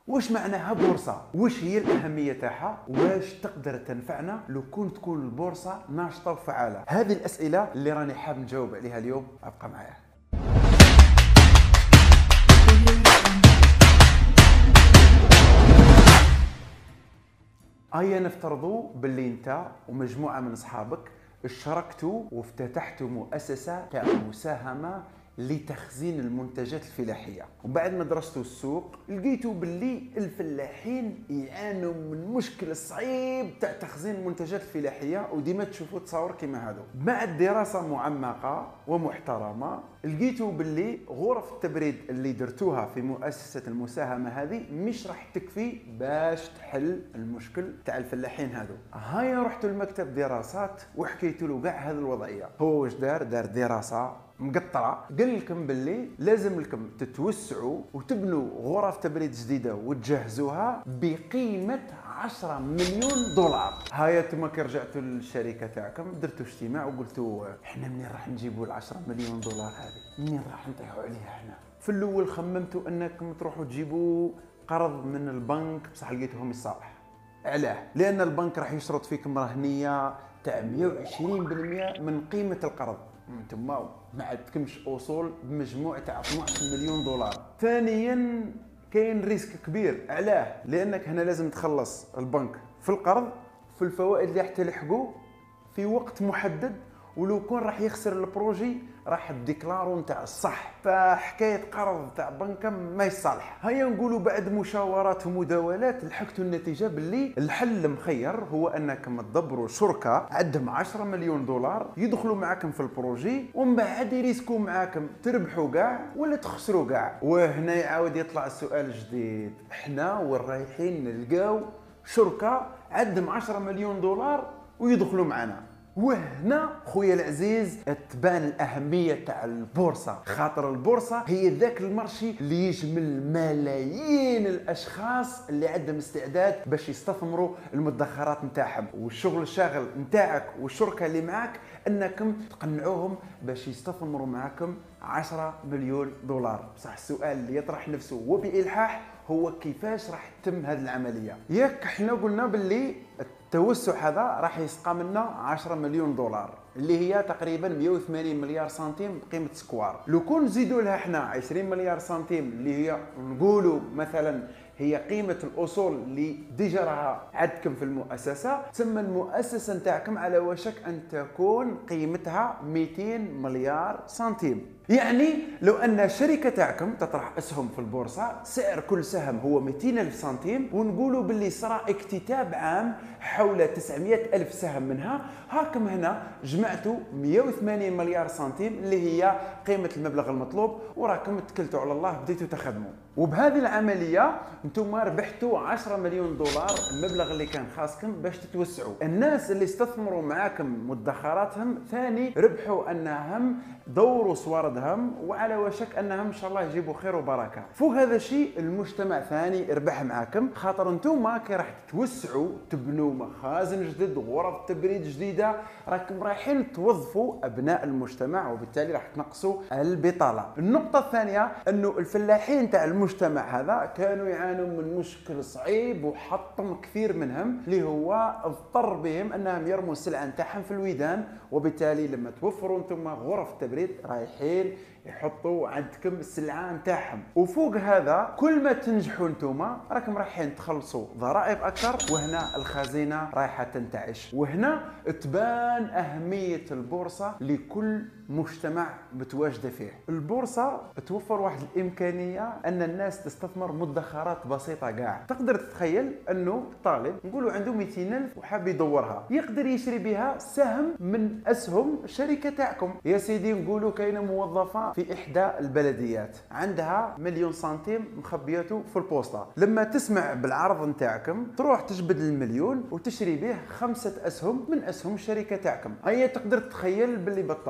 واش معناها بورصة؟ واش هي الأهمية تاعها؟ واش تقدر تنفعنا لو كون تكون البورصة ناشطة وفعالة؟ هذه الأسئلة اللي راني حاب نجاوب عليها اليوم، ابقى معايا. هيا نفترضوا باللي انت ومجموعة من اصحابك اشتركتوا وافتتحتوا مؤسسة تاع مساهمة لتخزين المنتجات الفلاحية، وبعد ما درستوا السوق لقيتوا باللي الفلاحين يعانوا من مشكل صعيب تاع تخزين المنتجات الفلاحية، وديما تشوفوا تصاور كيما هذو. بعد دراسة معمقة ومحترمة لقيتوا باللي غرف التبريد اللي درتوها في مؤسسة المساهمة هذه مش راح تكفي باش تحل المشكل تاع الفلاحين هذو. هيا رحتوا لمكتب دراسات وحكيتوا له كاع هذه الوضعية. هو واش دار دراسة مقطرة، قال لكم باللي لازم لكم تتوسعوا وتبنوا غرف تبريد جديدة وتجهزوها بقيمة 10 مليون دولار. هيا انتم كي رجعتوا للشركة تاعكم درتوا اجتماع وقلتوا احنا منين راح نجيبوا ال 10 مليون دولار هذه؟ منين راح نطيحوا عليها احنا؟ في الاول خممتوا انكم تروحوا تجيبوا قرض من البنك، بصح لقيتوهم يصالح. علاه؟ لان البنك راح يشرط فيكم رهنية تاع 120% من قيمة القرض. انتم ما عندكمش اصول بمجموع تاع 12 مليون دولار. ثانيا كاين ريسك كبير. علاه؟ لانك هنا لازم تخلص البنك في القرض في الفوائد اللي راح تلحقوا في وقت محدد، ولو كون راح يخسر البروجي راح الديكلارو نتاع الصح، فحكايه قرض تاع بنكه ما يصالح. هيا نقولوا بعد مشاورات ومداولات لحقتوا النتيجه باللي الحل المخير هو انكم تدبروا شركه عندهم 10 مليون دولار يدخلوا معاكم في البروجي، ومن بعد يريسكوا معاكم تربحوا كاع ولا تخسروا كاع. وهنا يعاود يطلع السؤال الجديد، احنا وين رايحين نلقاو شركه عندهم 10 مليون دولار ويدخلوا معنا؟ وهنا خويا العزيز تبان الأهمية تاع البورصة، خاطر البورصة هي ذاك المرشي اللي يجمل ملايين الأشخاص اللي عندهم استعداد باش يستثمروا المدخرات نتاعهم. والشغل الشاغل نتاعك والشركة اللي معاك أنكم تقنعوهم باش يستثمروا معاكم 10 مليون دولار. بصح السؤال اللي يطرح نفسه وبإلحاح هو كيفاش راح تتم هذه العملية؟ ياك احنا قلنا باللي التوسع هذا راح يسقى منا 10 مليون دولار اللي هي تقريبا 180 مليار سنتيم بقيمه سكوار. لو كون نزيدوا لها احنا 20 مليار سنتيم اللي هي نقولوا مثلا هي قيمه الاصول اللي ديجا راها عندكم في المؤسسه، تسمى المؤسسه نتاعكم على وشك ان تكون قيمتها 200 مليار سنتيم. يعني لو ان الشركه تاعكم تطرح اسهم في البورصه، سعر كل سهم هو 200 الف سنتيم، ونقولوا باللي صرا اكتتاب عام حول 900 الف سهم منها، هاكم هنا جمعتوا 180 مليار سنتيم اللي هي قيمه المبلغ المطلوب، وراكم اتكلتوا على الله بديتوا تخدموا. وبهذه العمليه انتم ربحتوا 10 مليون دولار، المبلغ اللي كان خاصكم باش تتوسعوا. الناس اللي استثمروا معاكم مدخراتهم ثاني ربحوا انهم دوروا صواردهم، وعلى وشك انهم ان شاء الله يجيبوا خير وبركه. فوق هذا الشيء المجتمع ثاني ربح معاكم، خاطر انتم كي راح تتوسعوا تبنوا مخازن جدد غرف تبريد جديده، راكم رايحين توظفوا ابناء المجتمع، وبالتالي راح تنقصوا البطاله. النقطه الثانيه انه الفلاحين تاع المجتمع هذا كانوا يعانوا من مشكل صعيب وحطم كثير منهم، اللي هو اضطر بهم انهم يرموا السلعه نتاعهم في الويدان، وبالتالي لما توفروا انتم غرف تبريد رايحين يحطوا عندكم السلعه نتاعهم. وفوق هذا كل ما تنجحوا انتم راكم رايحين تخلصوا ضرائب اكثر، وهنا الخزينه رايحه تنتعش. وهنا تبان اهميه البورصه لكل مجتمع متواجده فيه. البورصه توفر واحد الامكانيه ان الناس تستثمر مدخرات بسيطه كاع. تقدر تتخيل انه طالب نقولوا عنده 200 الف وحاب يدورها، يقدر يشري بها سهم من اسهم الشركه تاعكم. يا سيدي نقولوا كاينه موظفه في احدى البلديات عندها مليون سنتيم مخبياته في البوسطه، لما تسمع بالعرض نتاعكم تروح تجبد المليون وتشري به 5 اسهم من اسهم الشركه تاعكم. هيا تقدر تتخيل باللي بطال في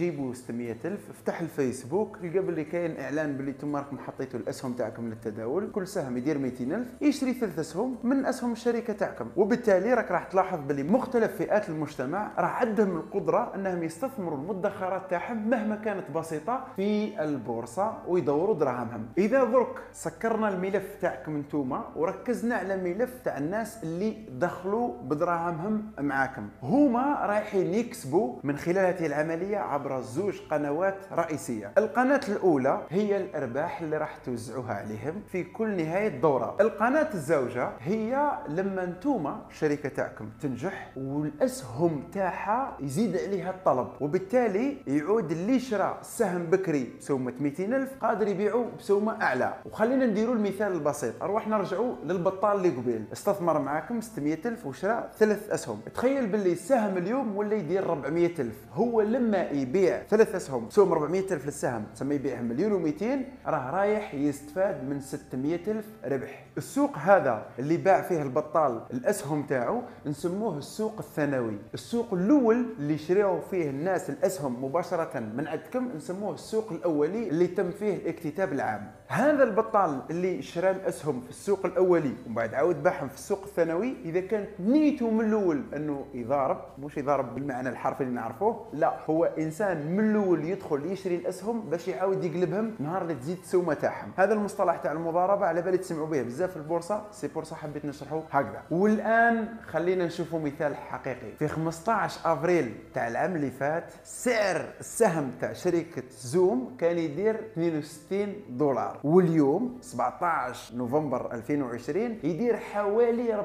يجيبوا 600000. افتح الفيسبوك تلقى باللي كاين اعلان باللي نتوما راكم حطيتوا الاسهم تاعكم للتداول، كل سهم يدير 200000، يشري 3 اسهم من اسهم الشركه تاعكم. وبالتالي راك راح تلاحظ باللي مختلف فئات المجتمع راح عندهم القدره انهم يستثمروا المدخرات تاعهم مهما كانت بسيطه في البورصه ويدوروا دراهمهم. اذا درك سكرنا الملف تاعكم نتوما وركزنا على ملف تاع الناس اللي دخلوا بدراهمهم معاكم، هما رايحين يكسبوا من خلال هذه العمليه عبر زوج قنوات رئيسيه. القناه الاولى هي الارباح اللي راح توزعوها عليهم في كل نهايه دوره. القناه الزوجه هي لما نتوما الشركه تاعكم تنجح والاسهم تاعها يزيد عليها الطلب، وبالتالي يعود اللي شرى السهم بكري بسومه 200000 قادر يبيعه بسومه اعلى. وخلينا نديروا المثال البسيط، اروح نرجعوا للبطال اللي قبيل استثمر معاكم 600000 وشرى 3 اسهم. تخيل باللي السهم اليوم ولا يدير 400000. هو لما يبيع 3 اسهم بسوم 400000 للسهم تسمى يبيعهم 1,200,000 راه رايح يستفاد من 600,000 ربح. السوق هذا اللي باع فيه البطال الاسهم تاعو نسموه السوق الثانوي. السوق الاول اللي شراو فيه الناس الاسهم مباشره من عندكم نسموه السوق الاولي اللي تم فيه الاكتتاب العام. هذا البطال اللي شرى الاسهم في السوق الاولي ومن بعد عاود باعهم في السوق الثانوي، اذا كانت نيته من الاول انه يضارب، مش يضارب بالمعنى الحرفي اللي نعرفوه، لا، هو انسان من الاول يدخل يشري الاسهم باش يعاود يقلبهم نهار اللي تزيد السومه تاعهم. هذا المصطلح تاع المضاربه على بالي تسمعوا به بزاف في البورصه، سي بورصه حبيت نشرحه هكذا. والان خلينا نشوفوا مثال حقيقي. في 15 افريل تاع العام اللي فات سعر السهم تاع شركه زوم كان يدير 62 دولار، واليوم 17 نوفمبر 2020 يدير حوالي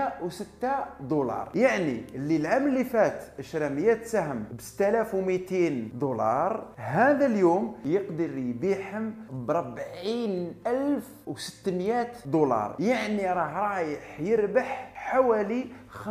406 دولار. يعني اللي العام اللي فات شرى 100 سهم ب 6200 دولار، هذا اليوم يقدر يبيعهم ب 40600 دولار. يعني راه رايح يربح حوالي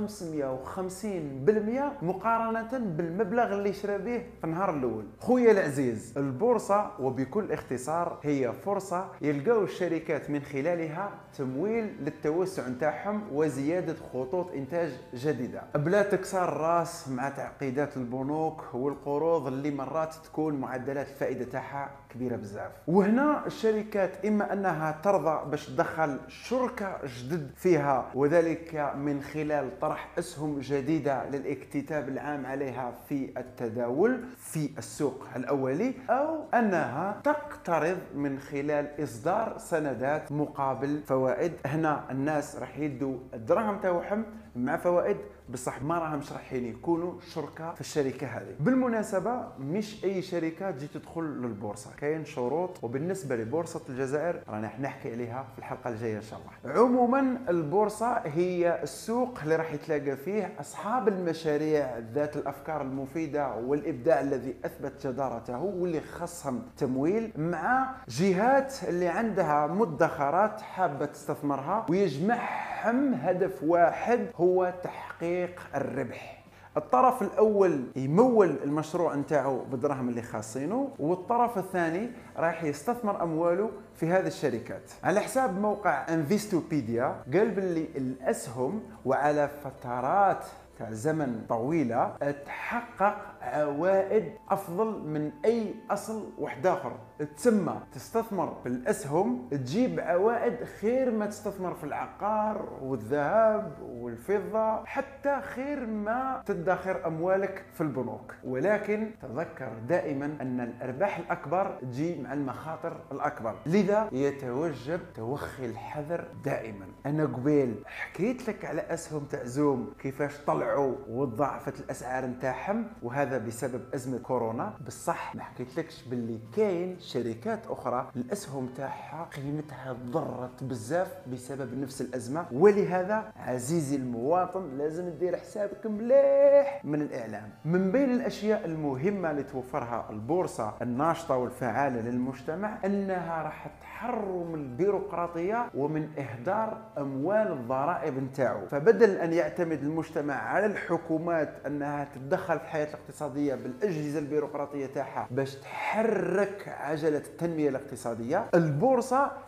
550% مقارنة بالمبلغ اللي شرى به في النهار الأول. خويا العزيز، البورصة وبكل اختصار هي فرصة يلقاو الشركات من خلالها تمويل للتوسع نتاعهم وزيادة خطوط إنتاج جديدة بلا تكسر الراس مع تعقيدات البنوك والقروض اللي مرات تكون معدلات الفائدة تاعها كبيرة بزاف. وهنا الشركات إما أنها ترضى باش تدخل شركة جدد فيها، وذلك من خلال طرح أسهم جديدة للاكتتاب العام عليها في التداول في السوق الأولي، أو أنها تقترض من خلال إصدار سندات مقابل فوائد. هنا الناس راح يدوا الدراهم تاعهم مع فوائد، بصح ما راهمش رايحين يكونوا شركاء في الشركه هذه. بالمناسبه مش اي شركه تجي تدخل للبورصه، كاين شروط، وبالنسبه لبورصه الجزائر راح نحكي عليها في الحلقه الجايه ان شاء الله. عموما البورصه هي السوق اللي راح يتلاقى فيه اصحاب المشاريع ذات الافكار المفيده والابداع الذي اثبت جدارته واللي خصهم تمويل، مع جهات اللي عندها مدخرات حابه تستثمرها ويجمعهم هدف واحد هو تحقيق الربح. الطرف الاول يمول المشروع نتاعو بالدراهم اللي خاصينه، والطرف الثاني رايح يستثمر امواله في هذه الشركات. على حساب موقع انفيستوبيديا قال باللي الاسهم وعلى فترات تاع زمن طويله تحقق عوائد افضل من اي اصل واحد اخر. تسمى تستثمر في الاسهم تجيب عوائد خير ما تستثمر في العقار والذهب والفضه، حتى خير ما تدخر اموالك في البنوك. ولكن تذكر دائما ان الارباح الاكبر تجي مع المخاطر الاكبر، لذا يتوجب توخي الحذر دائما. انا قبيل حكيت لك على اسهم تاع زوم كيفاش طلعوا وضاعفت الاسعار نتاعهم، وهذا بسبب ازمه كورونا. بصح ما حكيتلكش باللي كاين شركات اخرى الاسهم تاعها قيمتها ضرت بزاف بسبب نفس الازمه. ولهذا عزيزي المواطن لازم تدير حسابك مليح من الاعلام. من بين الاشياء المهمه اللي توفرها البورصه الناشطه والفعاله للمجتمع انها راح تحرم البيروقراطيه ومن اهدار اموال الضرائب نتاعو. فبدل ان يعتمد المجتمع على الحكومات انها تتدخل في الحياه الاقتصاديه بالاجهزه البيروقراطيه تاعها باش تحرك عجله التنميه الاقتصاديه، البورصه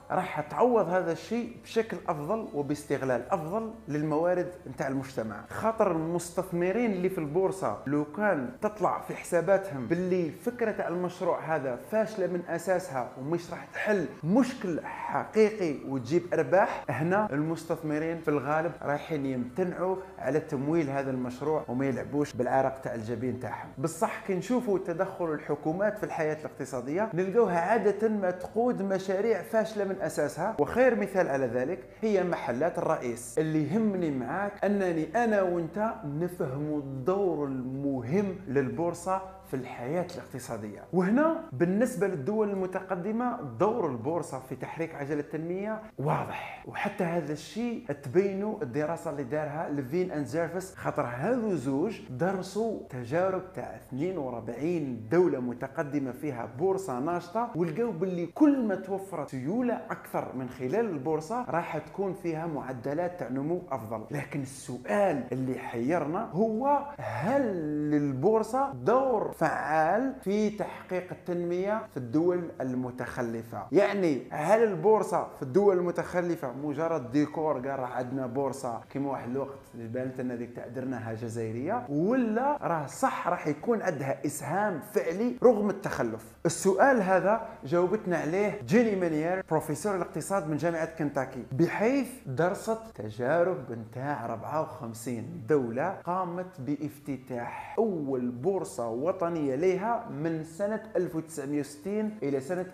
راح تعوض هذا الشيء بشكل افضل وباستغلال افضل للموارد نتاع المجتمع. خاطر المستثمرين اللي في البورصه لو كان تطلع في حساباتهم باللي الفكره تاع المشروع هذا فاشله من اساسها ومش راح تحل مشكل حقيقي وتجيب ارباح، هنا المستثمرين في الغالب رايحين يمتنعوا على تمويل هذا المشروع وما يلعبوش بالعرق تاع الجبين تاعهم. بصح كي نشوفوا تدخل الحكومات في الحياه الاقتصاديه نلقوها عاده ما تقود مشاريع فاشله من اساسها، وخير مثال على ذلك هي محلات الرئيس. اللي يهمني معاك انني انا وانت نفهموا الدور المهم للبورصه في الحياة الاقتصادية. وهنا بالنسبة للدول المتقدمة دور البورصة في تحريك عجلة التنمية واضح، وحتى هذا الشيء تبينوا الدراسة اللي دارها ليفين اند زيرفس، خاطر هذو زوج درسوا تجارب تاع 42 دولة متقدمة فيها بورصة ناشطة، ولقوا باللي كل ما توفرت سيولة أكثر من خلال البورصة راح تكون فيها معدلات تاع نمو أفضل. لكن السؤال اللي حيرنا هو هل للبورصة دور فعال في تحقيق التنمية في الدول المتخلفة؟ يعني هل البورصة في الدول المتخلفة مجرد ديكور قال راه عندنا بورصة كيما واحد الوقت اللي بانت لنا ذيك تاع درناها جزائرية، ولا راه صح راح يكون عندها إسهام فعلي رغم التخلف؟ السؤال هذا جاوبتنا عليه جيني مانيير بروفيسور الاقتصاد من جامعة كنتاكي، بحيث درست تجارب نتاع 54 دولة قامت بافتتاح أول بورصة وطنية لها من سنة 1960 إلى سنة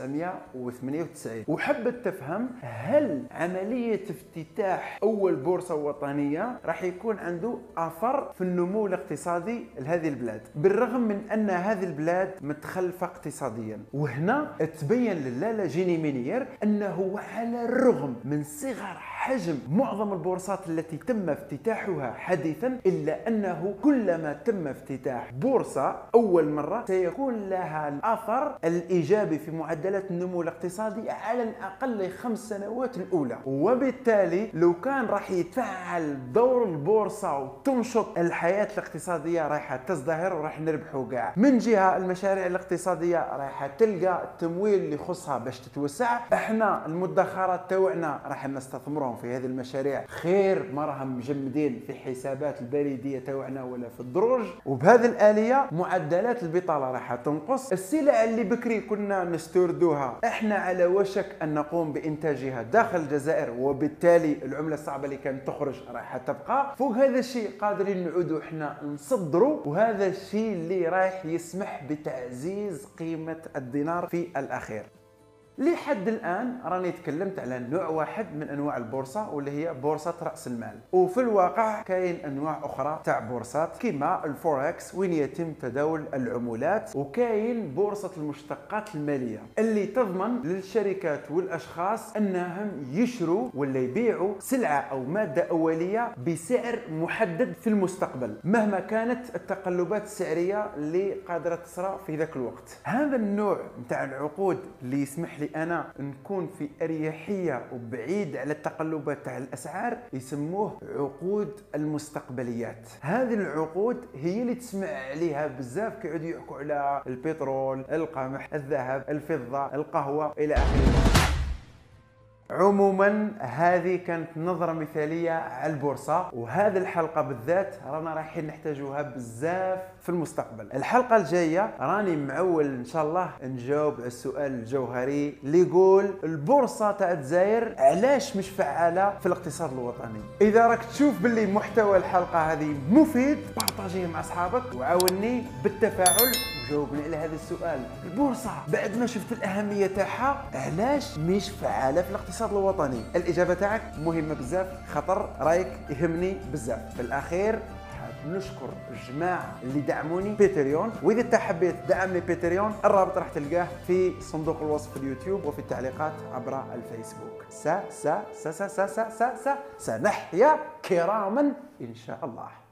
1998، وحبت تفهم هل عملية افتتاح أول بورصة وطنية راح يكون عنده أثر في النمو الاقتصادي لهذه البلاد، بالرغم من أن هذه البلاد متخلفة اقتصاديا. وهنا تبين للالا جيني مانيير أنه على الرغم من صغر حجم معظم البورصات التي تم افتتاحها حديثا، إلا أنه كلما تم افتتاح بورصة أول مرة سيكون لها الأثر الإيجابي في معدلات النمو الاقتصادي على الأقل 5 سنوات الأولى. وبالتالي لو كان راح يتفعل دور البورصة وتنشط الحياة الاقتصادية راح تزدهر وراح نربحوا كاع. من جهة المشاريع الاقتصادية راح تلقى التمويل اللي يخصها باش تتوسع، احنا المدخرات توعنا راح نستثمرهم في هذه المشاريع خير ما راهم مجمدين في حسابات البريدية توعنا ولا في الدروج. وبهذه الآلية معدلات البطالة راح تنقص، السلع اللي بكري كنا نستوردوها احنا على وشك ان نقوم بانتاجها داخل الجزائر، وبالتالي العملة الصعبة اللي كانت تخرج راح تبقى. فوق هذا الشيء قادرين نعودوا احنا نصدروا، وهذا الشيء اللي راح يسمح بتعزيز قيمة الدينار في الأخير. لحد الآن راني تكلمت على نوع واحد من أنواع البورصة واللي هي بورصة رأس المال، وفي الواقع كاين أنواع أخرى تاع بورصات كما الفوركس وين يتم تداول العملات، وكاين بورصة المشتقات المالية اللي تضمن للشركات والأشخاص أنهم يشروا ولا يبيعوا سلعة أو مادة أولية بسعر محدد في المستقبل مهما كانت التقلبات السعرية اللي قادرة تصرى في ذاك الوقت. هذا النوع متاع العقود اللي يسمح لي أنا نكون في أريحية وبعيد على التقلبات تاع الأسعار يسموه عقود المستقبليات. هذه العقود هي اللي تسمع عليها بزاف كيعودوا يحكوا على البترول، القمح، الذهب، الفضة، القهوة إلى آخره. عموما هذه كانت نظرة مثالية على البورصة، وهذه الحلقة بالذات رانا رايحين نحتاجوها بزاف في المستقبل. الحلقة الجاية راني معول ان شاء الله نجاوب على السؤال الجوهري اللي يقول البورصة تاع الجزائر علاش مش فعالة في الاقتصاد الوطني. اذا راك تشوف باللي محتوى الحلقة هذه مفيد بارطاجيه مع اصحابك وعاوني بالتفاعل وجاوبني على هذا السؤال. البورصة بعد ما شفت الأهمية تاعها علاش مش فعالة في الاقتصاد الوطني؟ الإجابة تاعك مهمة بزاف خاطر رايك يهمني بزاف. في الأخير نشكر الجماعة اللي دعموني باتريون، وإذا انت حبيت تدعمني باتريون الرابط راح تلقاه في صندوق الوصف في اليوتيوب وفي التعليقات عبر الفيسبوك. سنحيا كراما إن شاء الله.